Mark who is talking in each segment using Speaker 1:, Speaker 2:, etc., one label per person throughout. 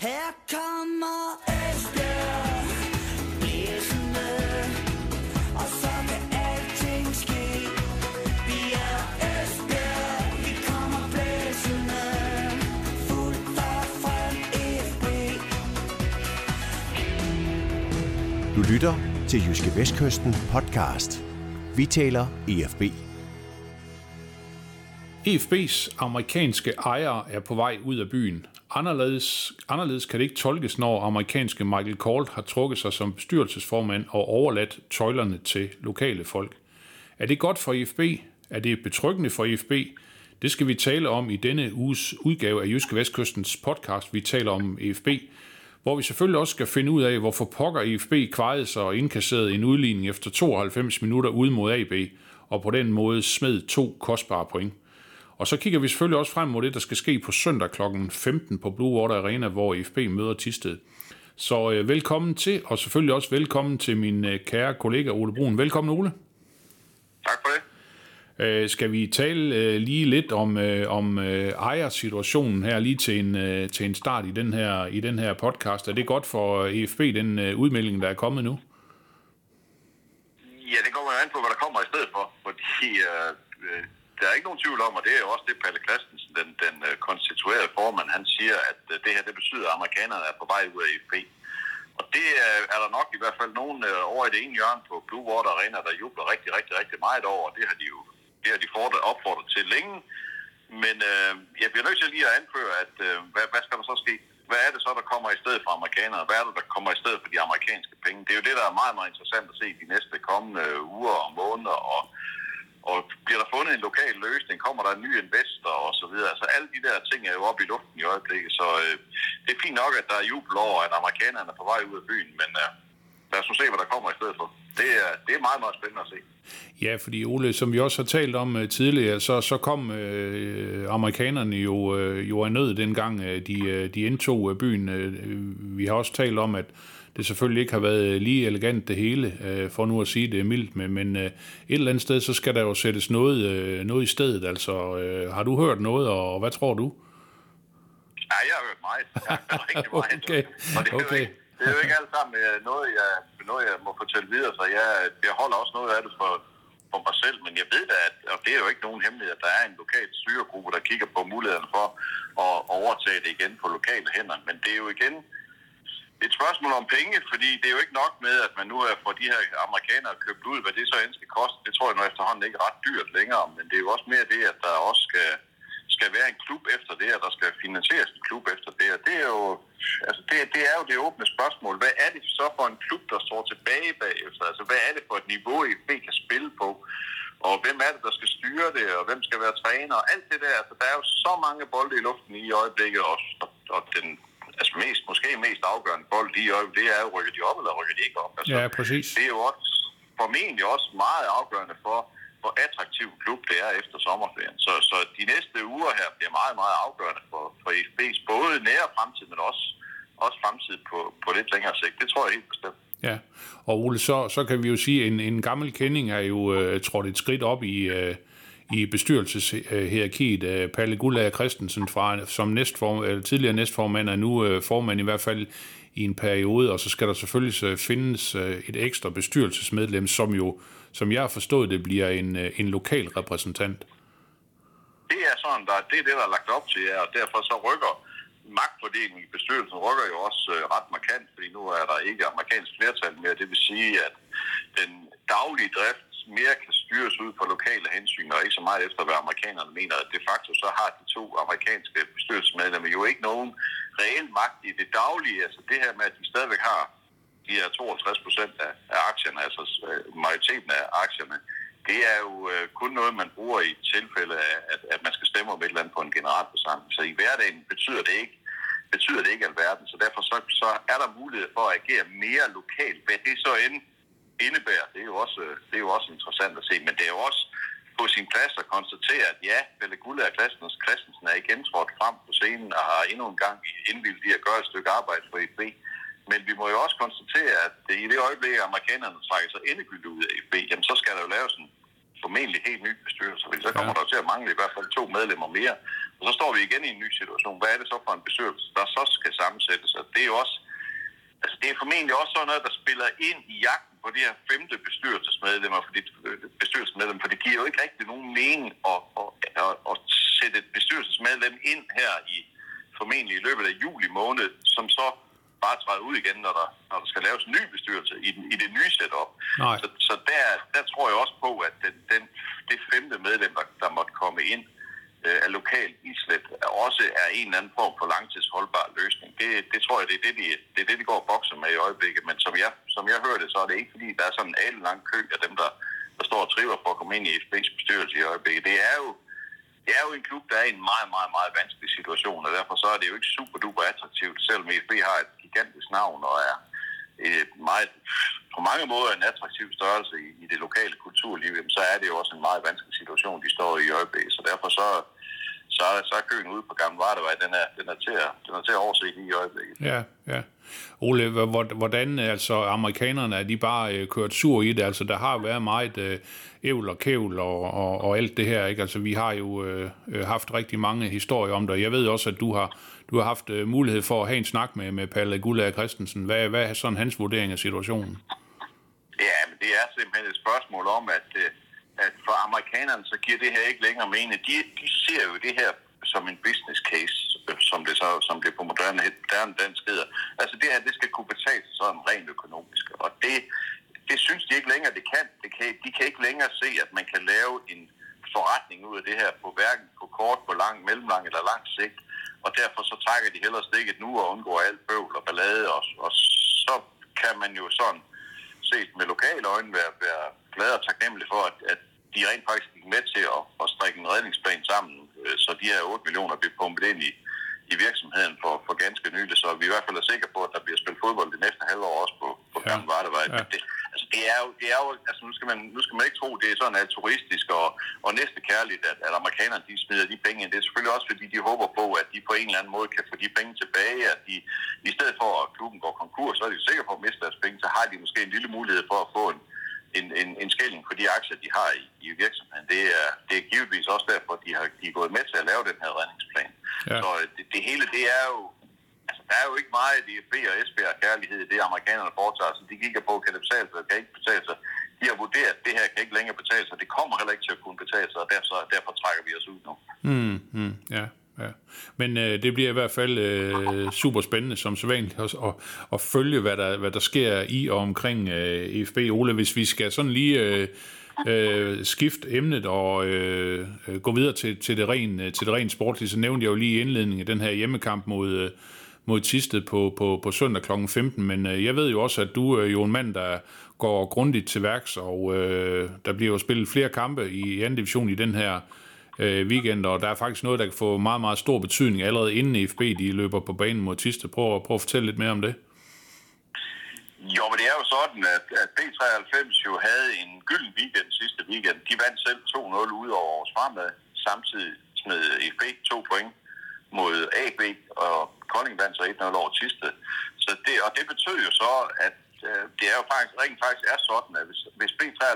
Speaker 1: Her kommer Esbjerg blæsende, og så kan alting ske. Vi er Esbjerg, vi kommer blæsende, fuldt og frem FB.
Speaker 2: Du lytter til Jyske Vestkysten podcast. Vi taler EFB.
Speaker 3: EFB's amerikanske ejere er på vej ud af byen. Anderledes kan det ikke tolkes, når amerikanske Michael Colt har trukket sig som bestyrelsesformand og overladt tøjlerne til lokale folk. Er det godt for EFB? Er det betryggende for EFB? Det skal vi tale om i denne uges udgave af Jyske Vestkystens podcast. Vi taler om EFB, hvor vi selvfølgelig også skal finde ud af, hvorfor pokker EFB kvejede sig og indkasserede en udligning efter 92 minutter ude mod AB, og på den måde smed 2 kostbare point. Og så kigger vi selvfølgelig også frem mod det, der skal ske på søndag kl. 15 på Blue Water Arena, hvor EFB møder Thisted. Så velkommen til, og selvfølgelig også velkommen til min kære kollega Ole Brun. Velkommen, Ole.
Speaker 4: Tak for det.
Speaker 3: Skal vi tale lige lidt om ejersituationen her lige til en start i den her podcast? Er det godt for EFB, den udmelding, der er kommet nu?
Speaker 4: Ja, det kommer an på, hvad der kommer i stedet for, fordi der er ikke nogen tvivl om, og det er jo også det, Palle Christensen, den konstituerede formand, han siger, at det her, det betyder, at amerikanerne er på vej ud af EFB. Og det er der nok i hvert fald nogen over i det ene hjørne på Blue Water Arena, der jubler rigtig, rigtig, rigtig meget over, og det har de opfordret til længe. Men jeg bliver nødt til lige at anføre, at hvad skal der så ske? Hvad er det så, der kommer i stedet for amerikanerne? Hvad er det, der kommer i stedet for de amerikanske penge? Det er jo det, der er meget, meget interessant at se de næste kommende uger og måneder, og bliver der fundet en lokal løsning, kommer der en ny investor og så videre. Altså alle de der ting er jo oppe i luften i øjeblikket, så det er fint nok, at der er jubel over, at amerikanerne er på vej ud af byen, men lad os nu se, hvad der kommer i stedet for. Det er meget, meget spændende at se.
Speaker 3: Ja, fordi Ole, som vi også har talt om tidligere, så kom amerikanerne jo af nød dengang de indtog byen. Vi har også talt om, at det selvfølgelig ikke har været lige elegant det hele, for nu at sige det mildt, men et eller andet sted, så skal der jo sættes noget i stedet. Altså, har du hørt noget, og hvad tror du?
Speaker 4: Ja, jeg har hørt meget. Jeg har hørt rigtig meget.
Speaker 3: Okay.
Speaker 4: Og det er jo ikke alt sammen noget, jeg må fortælle videre, så jeg holder også noget af det for mig selv, men jeg ved da, og det er jo ikke nogen hemmelighed, at der er en lokal styregruppe, der kigger på mulighederne for at overtage det igen på lokale hænder, men det er jo igen et spørgsmål om penge, fordi det er jo ikke nok med, at man nu får de her amerikanere købt ud, hvad det så end skal koste. Det tror jeg nu efterhånden ikke er ret dyrt længere, men det er jo også mere det, at der også skal være en klub efter det, og der skal finansieres en klub efter det, og det er jo, altså det er jo det åbne spørgsmål. Hvad er det så for en klub, der står tilbage bagefter? Altså hvad er det for et niveau, EFB kan spille på? Og hvem er det, der skal styre det, og hvem skal være træner, og alt det der. Altså der er jo så mange bolde i luften i øjeblikket, og den måske mest afgørende bold i øjeblikket, det er jo, rykker de op, eller rykker de ikke op? Altså,
Speaker 3: ja, præcis.
Speaker 4: Det er jo også formentlig også meget afgørende for, hvor attraktiv klub det er efter sommerferien. Så de næste uger her bliver meget, meget afgørende for EFB's både nære fremtid, men også fremtid på lidt længere sigt. Det tror jeg helt bestemt.
Speaker 3: Ja, og Ole, så kan vi jo sige, at en gammel kending er jo trådt et skridt op i bestyrelseshierarkiet. Palle Guldager Christensen som tidligere næstformand er nu formand i hvert fald i en periode, og så skal der selvfølgelig findes et ekstra bestyrelsesmedlem, som jeg har forstået, det bliver en lokal repræsentant.
Speaker 4: Det er sådan, det er det, der er lagt op til, og derfor så rykker magtfordelingen i bestyrelsen rykker jo også ret markant, fordi nu er der ikke amerikansk flertal mere. Det vil sige, at den daglige drift mere kan styres ud på lokale hensyn, og ikke så meget efter, hvad amerikanerne mener. De facto så har de 2 amerikanske bestyrelsesmedlemmer jo ikke nogen reel magt i det daglige. Altså det her med, at de stadigvæk har de her 62% af aktierne, altså majoriteten af aktierne, det er jo kun noget, man bruger i tilfælde af, at man skal stemme om et eller andet på en generalforsamling. Så i hverdagen betyder det ikke alverden, så derfor så er der mulighed for at agere mere lokalt. Hvad det så indebærer, det er jo også interessant at se, men det er jo også på sin plads at konstatere, at ja, Palle Guldager Christensen er igen trådt frem på scenen og har endnu en gang indvildet i at gøre et stykke arbejde for EFB. Men vi må jo også konstatere, at i det øjeblik, at amerikanerne trækker sig endegyldigt ud af EFB, jamen så skal der jo laves en formentlig helt ny bestyrelse, så kommer der til at mangle i hvert fald 2 medlemmer mere. Og så står vi igen i en ny situation. Hvad er det så for en bestyrelse, der så skal sammensættes? Og det er jo også, altså det er formentlig også sådan noget, der spiller ind i jagten på de her 5. bestyrelsesmedlemmer, for det giver jo ikke rigtig nogen mening at sætte et bestyrelsesmedlem ind her formentlig i løbet af juli måned, som så bare træder ud igen, når der skal laves en ny bestyrelse i det nye setup. Så der tror jeg også på, at det 5. medlem, der måtte komme ind af lokal islet, også er en eller anden form for langtidsholdbar løsning. Det tror jeg, det er det, de går og bokser med i øjeblikket. Men som jeg hører det, så er det ikke, fordi der er sådan en lang kø af dem, der står og triver for at komme ind i FB's bestyrelse i øjeblikket. Det er jo en klub, der er i en meget, meget, meget vanskelig situation, og derfor så er det jo ikke super duper attraktivt, selvom FB har et gigantisk navn og er meget, på mange måder en attraktiv størrelse i det lokale kulturliv, så er det jo også en meget vanskelig situation, de står i øjeblikket. Så derfor så er køen ude på Gamle Vardevej, den er til at overse i øjeblikket.
Speaker 3: Ja. Ole, hvordan altså amerikanerne, er de bare kørt sur i det? Altså der har været meget ævl og kævl og alt det her, ikke? Altså vi har jo haft rigtig mange historier om det, og jeg ved også, at du har haft mulighed for at have en snak med Palle Guldager Christensen. Hvad er sådan hans vurdering af situationen?
Speaker 4: Ja, men det er simpelthen et spørgsmål om, at for amerikanerne, så giver det her ikke længere mening. De ser jo det her som en business case, som det på moderne dansk hedder. Altså det her, det skal kunne betale sig sådan rent økonomisk. Og det synes de ikke længere, det kan. De kan ikke længere se, at man kan lave en forretning ud af det her, på hverken på kort, på lang, mellemlang eller lang sigt. Og derfor så trækker de hellere stikket nu og undgår alt bøvl og ballade. Og så kan man jo sådan set med lokale øjne være glad og taknemmelig for, at de rent faktisk gik med til at strikke en redningsplan sammen, så de her 8 millioner bliver pumpet ind i virksomheden for ganske nylig, så vi i hvert fald er sikre på, at der bliver spillet fodbold det næste halvår også på Gamle Vardevej. Ja. Det er jo altså nu skal man ikke tro, det er sådan altruistisk og næstekærligt, at amerikanerne de smider de penge ind. Det er selvfølgelig også, fordi de håber på, at de på en eller anden måde kan få de penge tilbage, at de i stedet for at klubben går konkurs, så er de sikre på at miste deres penge, så har de måske en lille mulighed for at få en skilling på de aktier, de har i virksomheden. Det er givetvis også derfor, at de er gået med til at lave den her redningsplan. Ja. Så det hele, det er jo, altså der er jo ikke meget DFB og Esbjerg kærlighed i det, amerikanerne foretager. Så de kigger på, kan det betale sig, kan ikke betale sig. De har vurderet, at det her kan ikke længere betale sig. Det kommer heller ikke til at kunne betale sig, og derfor trækker vi os ud nu.
Speaker 3: Ja. Men det bliver i hvert fald super spændende som sædvanligt at følge, hvad der sker i og omkring FB. Ole, hvis vi skal sådan lige skifte emnet og gå videre til det rent sportlige, så nævnte jeg jo lige i indledningen af den her hjemmekamp mod Thisted på søndag kl. 15, men jeg ved jo også, at du er jo en mand, der går grundigt til værks, og der bliver jo spillet flere kampe i anden division i den her weekend, og der er faktisk noget, der kan få meget, meget stor betydning allerede inden FB de løber på banen mod Thisted. Prøv at fortælle lidt mere om det.
Speaker 4: Jo, men det er jo sådan, at B93 jo havde en gylden weekend sidste weekend. De vandt selv 2-0 ud over Aarhus Fremad, samtidig smed FB 2 point mod AB, og Kolding vandt så 1-0 over Thisted. Og det betød jo så, at det er jo faktisk er sådan, at hvis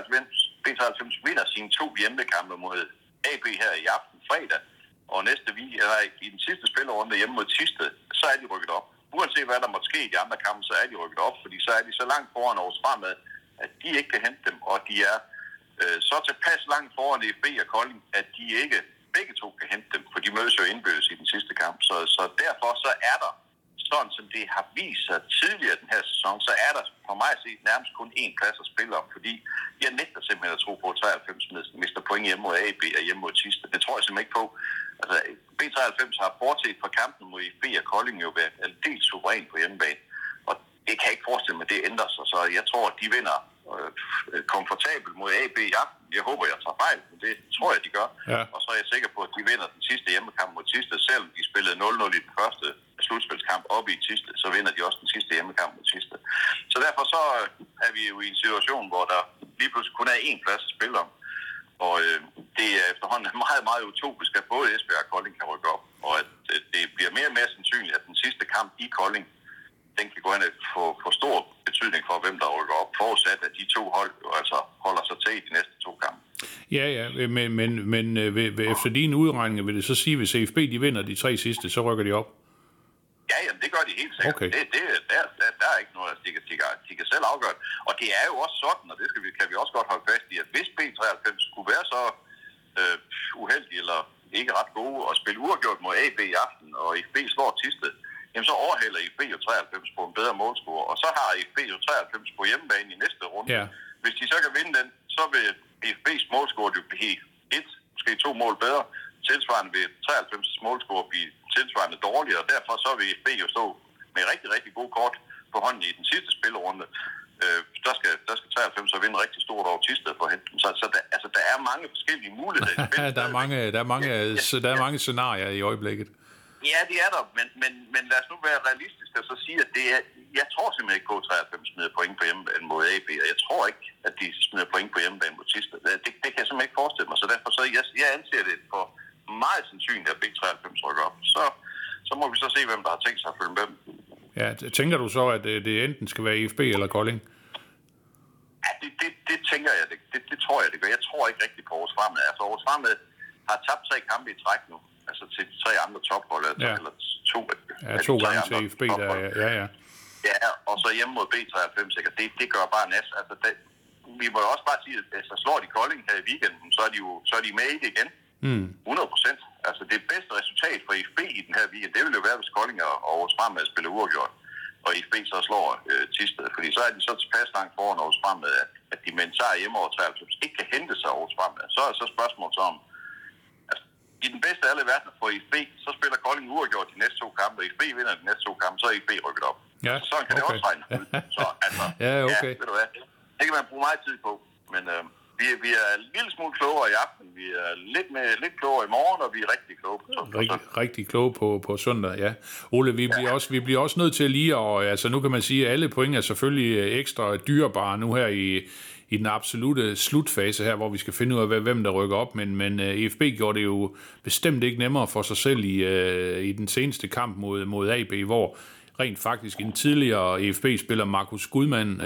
Speaker 4: B93 vinder sine 2 hjemmekampe mod AB her i aften fredag, og næste week, eller i den sidste spillerunde hjemme mod Thisted, så er de rykket op. Uanset hvad der måtte ske i de andre kampe, så er de rykket op, fordi så er de så langt foran Aarhus Fremad, at de ikke kan hente dem, og de er så tilpas langt foran FB og Kolding, at de ikke begge to kan hente dem, for de mødes jo indbyrdes i den sidste kamp. Så derfor så er der, sådan som det har vist sig tidligere den her sæson, så er der for mig at se nærmest kun én plads at spille om, fordi jeg nægter simpelthen at tro på, at 93 mister point hjemme mod AB og hjemme mod Thisted. Det tror jeg simpelthen ikke på. Altså, B93 har bortset fra kampen mod FB og Kolding jo været aldeles suveræn på hjemmebane, og det kan jeg ikke forestille mig, at det ændrer sig. Så jeg tror, at de vinder komfortabelt mod AB i aften. Jeg håber, jeg tager fejl, men det tror jeg, de gør. Ja. Og så er jeg sikker på, at de vinder den sidste hjemmekamp mod Thisted. Selvom de spillede 0-0 i den første slutspilskamp oppe i Thisted, så vinder de også den sidste hjemmekamp mod Thisted. Så derfor så er vi jo i en situation, hvor der lige pludselig kun er én plads at spille om. Og det er efterhånden meget, meget utopisk, at både Esbjerg og Kolding kan rykke op. Og at det bliver mere og mere sandsynligt, at den sidste kamp i Kolding, den kan gå ind og få stor betydning for, hvem der rykker op, forudsat at de to hold jo altså holder sig til i de næste 2 kampe.
Speaker 3: Ja, men efter dine udregninger vil det så sige, hvis AFB de vinder de 3 sidste, så rykker de op?
Speaker 4: Ja, jamen, det gør de helt sikkert.
Speaker 3: Okay.
Speaker 4: Der er ikke noget, altså, de kan selv afgøre. Og det er jo også sådan, og det kan vi også godt holde fast i, at hvis B93 skulle være så uheldig eller ikke ret gode og spille uafgjort mod AB i aften, og AFB slår Thisted, jamen så overhælder AFB jo 93 på en bedre målscore, og så har AFB jo 93 på hjemmebane i næste runde.
Speaker 3: Ja.
Speaker 4: Hvis de så kan vinde den, så vil AFB's målscore jo blive 1, måske 2 mål bedre. Tilsvarende vil 93's målscore blive tilsvarende dårligere, og derfor så vil AFB jo stå med rigtig, rigtig god kort på hånden i den sidste spillerunde. Der skal 93 så vinde rigtig stort over Thisted for at hente dem. Så der er mange forskellige muligheder i spillet.
Speaker 3: der er mange scenarier i øjeblikket.
Speaker 4: Ja, det er der, men lad os nu være realistiske og så sige, at det er, jeg tror simpelthen ikke på, at 93 smider point på hjemmebane mod AB, og jeg tror ikke, at de smider point på hjemmebane mod Thisted. Det kan jeg simpelthen ikke forestille mig, så derfor så jeg anser det for meget sandsynligt, at B93 rykker op. Så må vi så se, hvem der har tænkt sig at følge med dem. Ja,
Speaker 3: tænker du så, at det enten skal være AFB eller Kolding?
Speaker 4: Ja, det tænker jeg. Det tror jeg, det gør. Jeg tror ikke rigtigt på Aarhus Fremad. Altså, Aarhus Fremad har tabt 3 kampe i træk nu. Altså til de 3 andre tophold.
Speaker 3: Ja.
Speaker 4: Eller 2.
Speaker 3: Ja, 2 gange til AFB. Ja.
Speaker 4: Ja, og så hjemme mod B93 sikkert. Det gør bare nas. Altså, vi må jo også bare sige, at så slår de Kolding her i weekenden, så er de med i det igen. 100%. Altså det bedste resultat for AFB i den her weekend, det vil jo være, hvis Kolding og Aarhus Fremad spiller uafgjort, og AFB så slår Thisted, fordi så er de så tilpas langt foran Aarhus Fremad, at de med en sejr hjemme over 93 ikke kan hente sig Aarhus Fremad. Så er så spørgsmålet om, altså i den bedste af alle verdener for AFB, så spiller Kolding uafgjort de næste 2 kampe, og AFB vinder de næste 2 kampe, så er AFB rykket op.
Speaker 3: Ja,
Speaker 4: så sådan kan det også regne ud. Så altså,
Speaker 3: ja, okay.
Speaker 4: Ved du hvad, det kan man bruge meget tid på, men vi er en lille smule klogere i aften, vi er lidt klogere i morgen, og vi er rigtig kloge på søndag.
Speaker 3: Rigtig kloge på søndag, ja. Ole, vi bliver også nødt til lige, og altså nu kan man sige, at alle point er selvfølgelig ekstra dyrebare nu her i den absolute slutfase her, hvor vi skal finde ud af, hvem der rykker op, men EFB gjorde det jo bestemt ikke nemmere for sig selv i den seneste kamp mod AB, hvor rent faktisk en tidligere EFB-spiller, Markus Gudmann,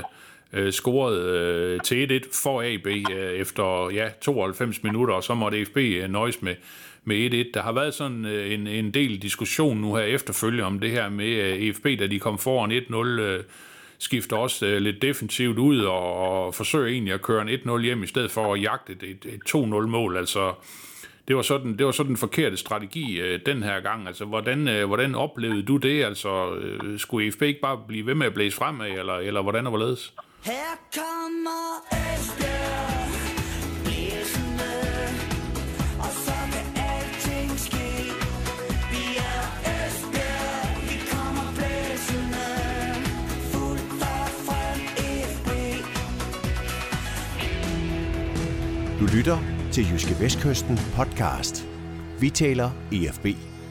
Speaker 3: scorede til 1-1 for AB efter 92 minutter, og så måtte FB nøjes med 1-1. Der har været sådan en del diskussion nu her efterfølgende om det her med FB, da de kom foran 1-0, skifter også lidt defensivt ud og forsøger egentlig at køre en 1-0 hjem i stedet for at jagte et 2-0-mål. Altså, det var sådan den forkerte strategi den her gang. Altså, hvordan oplevede du det? Altså, skulle FB ikke bare blive ved med at blæse fremad, eller hvordan og hvorledes?
Speaker 1: Her kommer Esbjerg blæsende, og så kan alting ske. Vi er Esbjerg, vi kommer blæsende, fuldt og frem FB.
Speaker 2: Du lytter til Jyske Vestkysten podcast. Vi taler EFB.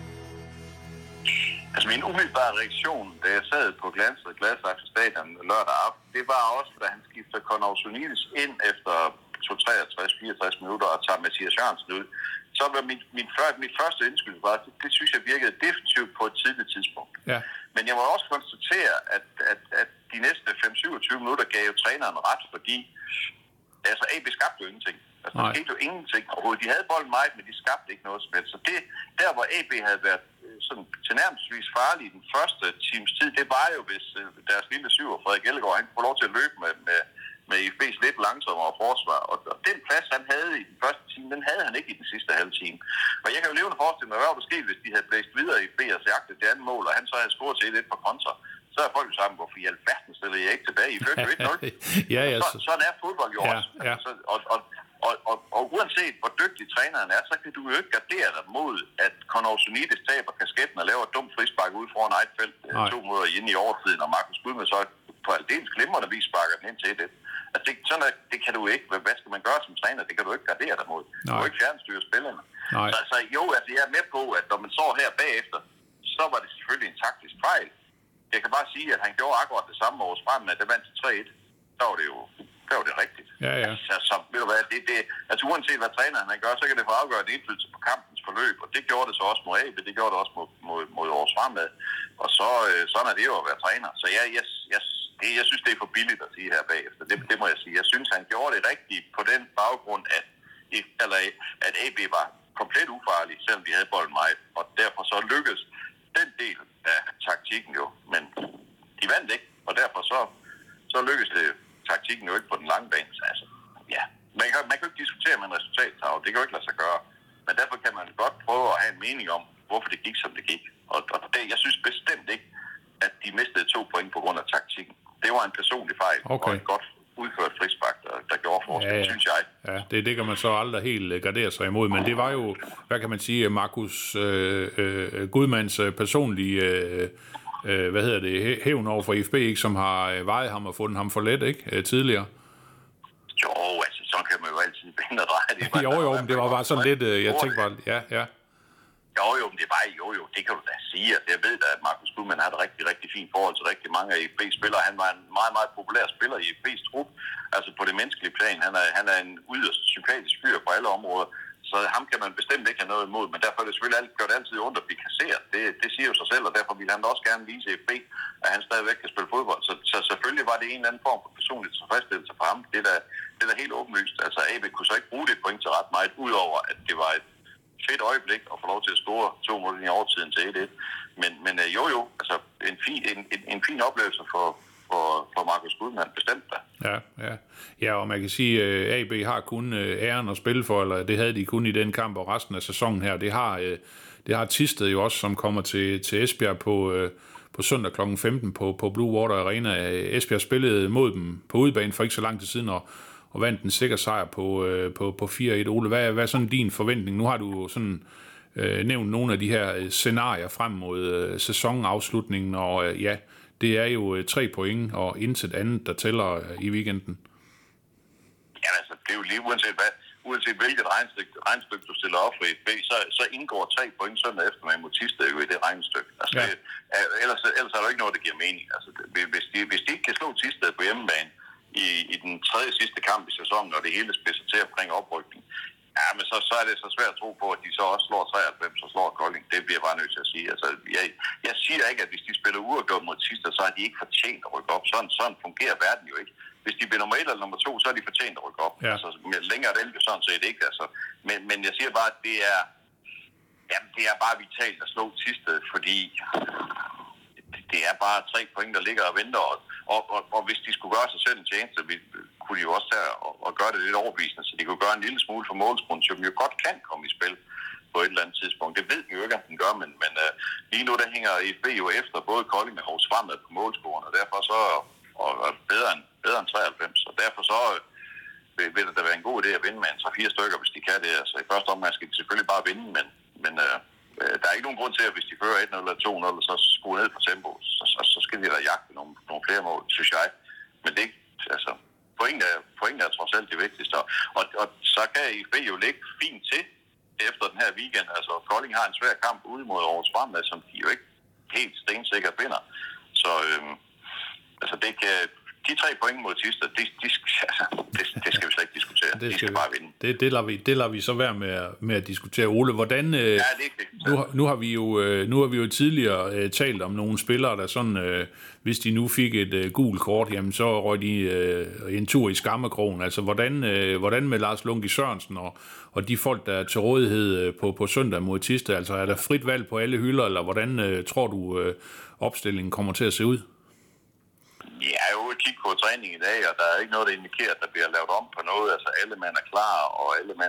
Speaker 4: Altså min umiddelbare reaktion, da jeg sad på Gladsaxe Stadion lørdag aften, det var også, da han skifter Konovsonidis ind efter 63-64 minutter og tager Mathias Jørgensen ud. Så var mit første indskyld var, det synes jeg virkede definitivt på et tidligt tidspunkt.
Speaker 3: Ja.
Speaker 4: Men jeg må også konstatere, at de næste 5-27 minutter gav jo træneren ret, fordi altså AB skabte jo ingenting. Altså, der skete jo ingenting overhovedet. De havde bolden meget, men de skabte ikke noget som helst. Så det, der hvor AB havde været sådan tilnærmelsesvis farlig i den første times tid, det var jo, hvis deres lille syver, Frederik Ellegaard, han kunne lov til at løbe med IFB's lidt langsommere forsvar. Og den plads, han havde i den første time, den havde han ikke i den sidste halve time. Og jeg kan jo levende forestille mig, hvad var der sket, hvis de havde blæst videre i IFB og jagtet det andet mål, og han så havde scoret til 1-1 på kontra. Så er folk jo sammen, hvorfor i alverden stillede jeg ikke tilbage. I førte jo 1-0.
Speaker 3: Ja.
Speaker 4: Sådan er fodbold jo også.
Speaker 3: Ja.
Speaker 4: Altså, og uanset hvor dygtig træneren er, så kan du jo ikke gardere dig mod, at Konovsonidis taber kasketten og laver et dumt frispark ud foran eget felt 2 minutter inde i overtiden, og Markus Gudmann så på aldeles glimrende vis sparker den ind til 1-1. Altså det kan du ikke. Hvad skal man gøre som træner? Det kan du ikke gardere dig mod. Du kan ikke fjernstyre spillerne. Så jo, altså jeg er med på, at når man så her bagefter, så var det selvfølgelig en taktisk fejl. Jeg kan bare sige, at han gjorde akkurat det samme års frem, at det vandt til 3-1. Så var det jo rigtigt.
Speaker 3: Ja.
Speaker 4: Så ved du hvad, altså uanset hvad træneren han gør, så kan det få afgørende indflydelse på kampens forløb, og det gjorde det så også mod AB, det gjorde det også mod Aarhus Fremad, og så sådan er det jo at være træner. Så jeg synes, det er for billigt at sige her bagefter. Det må jeg sige. Jeg synes, han gjorde det rigtigt på den baggrund, at AB var komplet ufarlig, selvom de havde bolden meget. Og derfor så lykkedes den del af taktikken jo. Men de vandt ikke, og derfor så lykkedes det taktikken jo ikke på den lange bane. Altså, ja. Man kan ikke diskutere med en resultattavle. Det kan jo ikke lade sig gøre. Men derfor kan man godt prøve at have en mening om, hvorfor det gik, som det gik. Og jeg synes bestemt ikke, at de mistede 2 point på grund af taktikken. Det var en personlig fejl, og et godt udført frispark, der gjorde forskel, synes jeg.
Speaker 3: Ja, det kan man så aldrig helt gardere sig imod, men det var jo, hvad kan man sige, Markus Gudmands personlige hævn over for FB, ikke, som har vejet ham og fundet ham for let, ikke, tidligere.
Speaker 4: Jo, altså, så kan man jo altid vende og dreje det.
Speaker 3: Jo, men det var bare sådan lidt, jeg tænkte bare, ja.
Speaker 4: Jo, men det var det kan du da sige. Altså, jeg ved da, at Markus Gudmand har et rigtig, rigtig fint forhold til rigtig mange af FB-spillere. Han var en meget, meget populær spiller i FB's trup. Altså på det menneskelige plan. Han er en yderst sympatisk fyr på alle områder. Så ham kan man bestemt ikke have noget imod. Men derfor er det selvfølgelig gjort altid ondt at blive kasseret. Det siger jo sig selv, og derfor ville han også gerne vise FB, at han stadigvæk kan spille fodbold. Så selvfølgelig var det en eller anden form for personlig tilfredsstillelse for ham. Det er da helt åbenlyst. Altså AB kunne så ikke bruge det point til ret meget, udover at det var et fedt øjeblik at få lov til at score 2 mål i overtiden til 1-1. Men altså en fin oplevelse for Markus Gudmand, bestemt da.
Speaker 3: Ja, og man kan sige, at AB har kun æren at spille for, eller det havde de kun i den kamp, og resten af sæsonen her, det har Thisted jo også, som kommer til Esbjerg på søndag kl. 15 på Blue Water Arena. Esbjerg spillede mod dem på udebane for ikke så lang tid siden, og vandt en sikker sejr på 4-1. Ole, hvad er sådan din forventning? Nu har du sådan nævnt nogle af de her scenarier frem mod sæsonafslutningen, og det er jo 3 point og intet andet, der tæller i weekenden.
Speaker 4: Ja, altså, det er jo lige uanset hvilket regnestykke du stiller op for FB, så indgår 3 point søndag eftermiddag mod Thisted i det regnestykke. Altså, ellers er der ikke noget, der giver mening. Altså, hvis de ikke kan slå Thisted på hjemmebane i den tredje sidste kamp i sæsonen, og det hele spidser til omkring oprykning, ja, men så er det så svært at tro på, at de så også slår 93 og slår Kolding. Det bliver jeg bare nødt til at sige. Altså, jeg siger ikke, at hvis de spiller uafgjort mod Thisted, så har de ikke fortjent at rykke op. Sådan fungerer verden jo ikke. Hvis de bliver nummer 1 eller nummer 2, så er de fortjent at rykke op. Ja. Altså, længere er det sådan set ikke. Altså. Men jeg siger bare, at det er bare vitalt at slå Thisted, fordi det er bare 3 point, der ligger og venter. Og hvis de skulle gøre sig selv en tjeneste, kunne de jo også tage og gøre det lidt overbevisende, så de kunne gøre en lille smule for målsgrunden, som jo godt kan komme i spil på et eller andet tidspunkt. Det ved vi jo ikke, om den gør, men lige nu der hænger FB jo efter både Kolding og Aarhus fremad på målscoren, og derfor så og bedre end 93, og derfor så vil det da være en god idé at vinde med en 3-4 stykker, hvis de kan det. Altså i første omgang skal de selvfølgelig bare vinde, men der er ikke nogen grund til, at hvis de fører 1-0 eller 2-0, så skrue ned på tempo, så skal de da jagte nogle flere mål, synes jeg. Men det ikke, altså, pointen er trods alt det vigtigste. Og så kan FB jo ligge fint til efter den her weekend. Altså, Kolding har en svær kamp ude mod Aarhus Fremad, som de jo ikke helt stensikkert vinder. Så altså, det kan... De 3 point mod Thisted, det skal vi slet ikke diskutere. De skal bare vinde.
Speaker 3: Det lader vi så være med at diskutere. Ole, hvordan... Nu har vi jo tidligere talt om nogle spillere, der sådan... hvis de nu fik et gult kort, jamen så røg de en tur i skammekrogen. Altså, hvordan med Lars Lunke Sørensen og de folk, der er til rådighed på søndag mod Thisted? Altså, er der frit valg på alle hylder, eller hvordan tror du opstillingen kommer til at se ud?
Speaker 4: Jeg er jo kigge på træning i dag, og der er ikke noget, der indikerer, at der bliver lavet om på noget. Altså alle mand er klar, og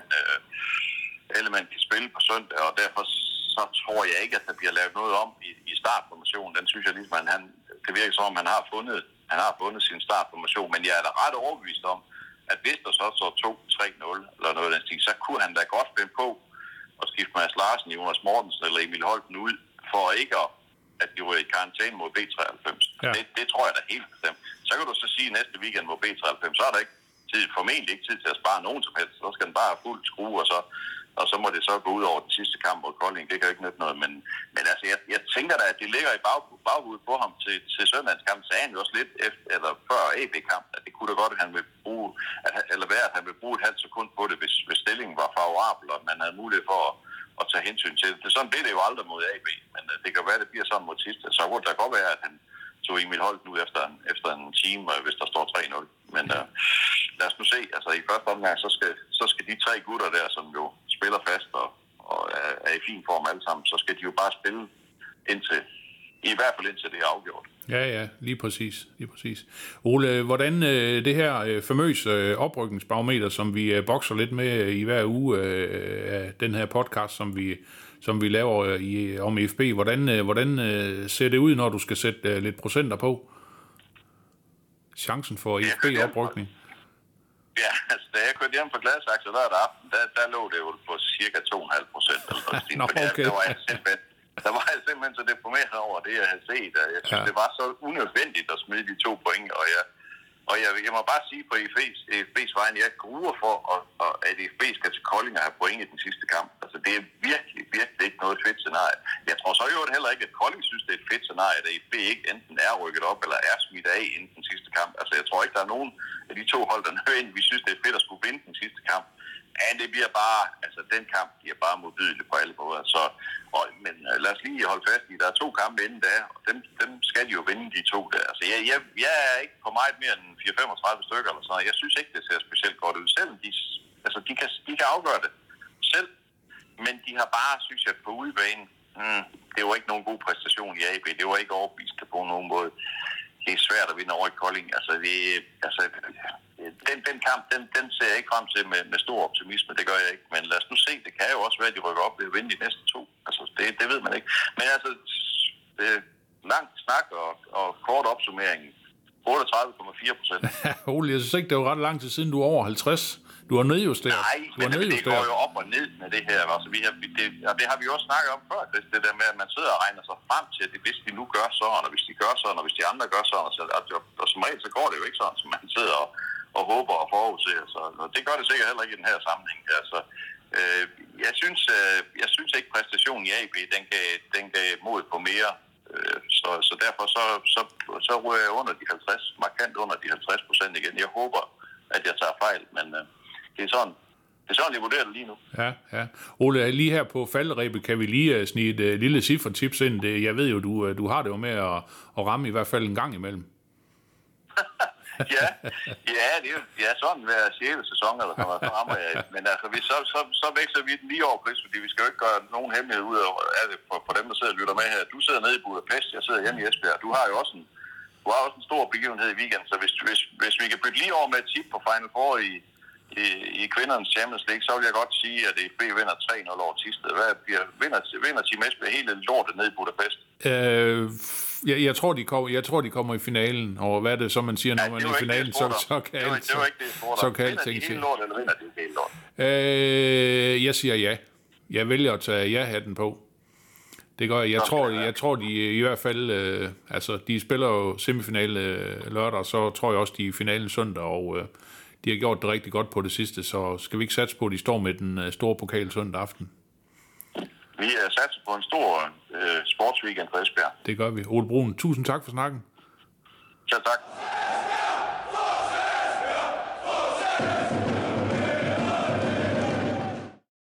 Speaker 4: alle mand kan spille på søndag, og derfor så tror jeg ikke, at der bliver lavet noget om i startformationen. Den synes jeg ligesom, at det virker som om, han har fundet sin startformation, men jeg er da ret overbevist om, at hvis der så 2-3-0 eller noget af den stil, så kunne han da godt finde på at skifte Mads Larsen, Jonas Mortensen eller Emil Holten ud, for ikke at de var i karantæne mod B93. Ja. Det tror jeg da helt bestemt. Så kan du så sige, at næste weekend mod B93, så er der formentlig ikke tid til at spare nogen som helst. Så skal den bare have fuld skrue, og så må det så gå ud over den sidste kamp mod Kolding. Det kan jo ikke nytte noget. Men altså, jeg tænker da, at det ligger i baghovedet på ham til søndagens kamp. Sagde han jo også lidt efter, eller før AB-kamp, at det kunne da godt, at han vil bruge, at han vil bruge et halvt sekund på det, hvis stillingen var favorabel, og man havde mulighed for at tage hensyn til det. Sådan blev det jo aldrig mod AB, men det kan være, at det bliver sådan mod sidste. Så kunne det godt være, at han tog Emil Holt nu efter en time, hvis der står 3-0. Men lad os nu se. Altså i første omgang, så skal de 3 gutter der, som jo spiller fast og er i fin form alle sammen, så skal de jo bare spille i hvert fald indtil det er afgjort.
Speaker 3: Ja, lige præcis. Ole, hvordan det her famøse oprykningsbarometer, som vi bokser lidt med i hver uge af den her podcast, som vi laver om FB, hvordan ser det ud, når du skal sætte lidt procenter på? Chancen for FB-oprykning?
Speaker 4: Ja, altså da jeg kørte hjem fra Gladsaxe lørdag aften, der lå det jo på cirka 2,5%.
Speaker 3: Nå, okay.
Speaker 4: Der var jeg simpelthen så deprimeret over det, jeg havde set. Jeg synes, det var så unødvendigt at smide de 2 point. Og jeg må bare sige på FB's vejen, jeg gruer for, at FB skal til Kolding og have point i den sidste kamp. Altså, det er virkelig, virkelig ikke noget fedt scenarie. Jeg tror så jo heller ikke, at Kolding synes, det er et fedt scenarie, at FB ikke enten er rykket op eller er smidt af inden den sidste kamp. Altså, jeg tror ikke, der er nogen af de 2 hold, der nødvendigvis vi synes, det er fedt at skulle vinde den sidste kamp. Men det bliver bare, altså den kamp bliver bare modbydelig på alle måder. Men lad os lige holde fast i, der er 2 kampe inden da, og dem skal de jo vinde, de 2 der. Altså jeg er ikke på meget mere end 4-35 stykker eller sådan noget. Jeg synes ikke, det ser specielt godt ud. Selvom de kan afgøre det selv, men de har bare, synes jeg, på udebanen, det var ikke nogen god præstation i AB. Det var ikke overbevist på nogen måde. Det er svært at vinde over i Kolding. Den kamp, den ser jeg ikke frem til med stor optimisme. Det gør jeg ikke. Men lad os nu se. Det kan jo også være, at de rykker op ved at vinde de næste 2. Altså, det ved man ikke. Men altså, langt snak og kort opsummering. 38,4%.
Speaker 3: Ole, jeg synes ikke, det var ret lang tid siden, du er over 50. Du har nedjusteret.
Speaker 4: Nej, men det går jo op og ned med det her. Altså, det har vi jo også snakket om før, det der med, at man sidder og regner sig frem til, at hvis de nu gør sådan, og hvis de gør sådan, og hvis de andre gør sådan, og som regel, så går det jo ikke sådan, som man sidder og håber og forudser. Så det gør det sikkert heller ikke i den her sammenhæng. Altså, jeg synes ikke, præstationen i AB, den gav mod på mere. Så derfor så ryger jeg under de 50, markant under de 50% igen. Jeg håber, at jeg tager fejl, men det er sådan, jeg vurderer det lige nu.
Speaker 3: Ja. Ole, lige her på falderebet kan vi lige snige et lille cifretips ind. Jeg ved jo, du har det jo med at ramme i hvert fald en gang imellem.
Speaker 4: ja, det er sådan hver 6. sæson, eller så rammer jeg. Men altså, så vækster vi den lige over pris, fordi vi skal jo ikke gøre nogen hemmelighed ud af det for dem, der sidder og lytter med her. Du sidder nede i Budapest, jeg sidder hjemme i Esbjerg. Du har jo også en stor begivenhed i weekenden, så hvis vi kan bytte lige over med et tip på Final Four i kvindernes Champions League, så vil jeg godt sige, at FB vinder 3-0 over Thisted. Vinder Team Esbjerg hele lortet ned i Budapest?
Speaker 3: Jeg tror, de kommer i finalen, og hvad er det så, man siger, når man er i finalen, så kan alt
Speaker 4: det var ikke det, jeg spurgte. Vinder de hele lort, eller vinder de ikke hele lort?
Speaker 3: Jeg siger ja. Jeg vælger at tage ja-hatten på. Det gør jeg. Jeg tror, de i hvert fald, de spiller jo semifinale lørdag, og så tror jeg også, de er i finalen søndag, og de har gjort det rigtig godt på det sidste, så skal vi ikke satse på, at de står med den store pokal søndag aften?
Speaker 4: Vi er satset på en stor sportsweekend for Esbjerg.
Speaker 3: Det gør vi. Ole Brun, tusind tak for snakken.
Speaker 4: Ja, tak.